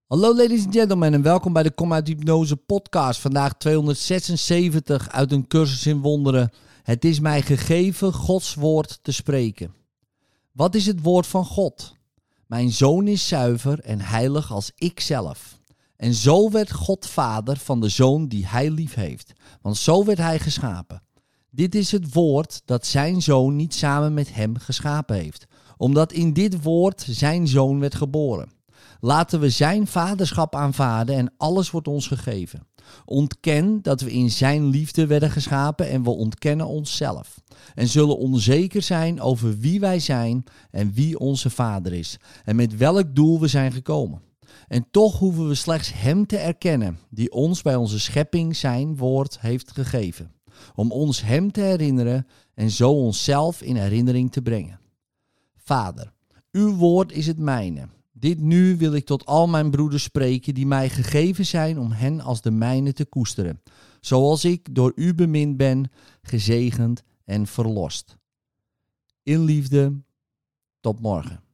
Hallo ladies and gentlemen en welkom bij de Kom uit Hypnose podcast. Vandaag 276 uit een cursus in wonderen. Het is mij gegeven Gods woord te spreken. Wat is het woord van God? Mijn zoon is zuiver en heilig als ik zelf. En zo werd God vader van de zoon die hij lief heeft. Want zo werd hij geschapen. Dit is het woord dat zijn zoon niet samen met hem geschapen heeft. Omdat in dit woord zijn zoon werd geboren. Laten we zijn vaderschap aanvaarden en alles wordt ons gegeven. Ontken dat we in zijn liefde werden geschapen en we ontkennen onszelf. En zullen onzeker zijn over wie wij zijn en wie onze vader is. En met welk doel we zijn gekomen. En toch hoeven we slechts hem te erkennen die ons bij onze schepping zijn woord heeft gegeven. Om ons hem te herinneren en zo onszelf in herinnering te brengen. Vader, uw woord is het mijne. Dit nu wil ik tot al mijn broeders spreken die mij gegeven zijn om hen als de mijne te koesteren. Zoals ik door u bemind ben, gezegend en verlost. In liefde, tot morgen.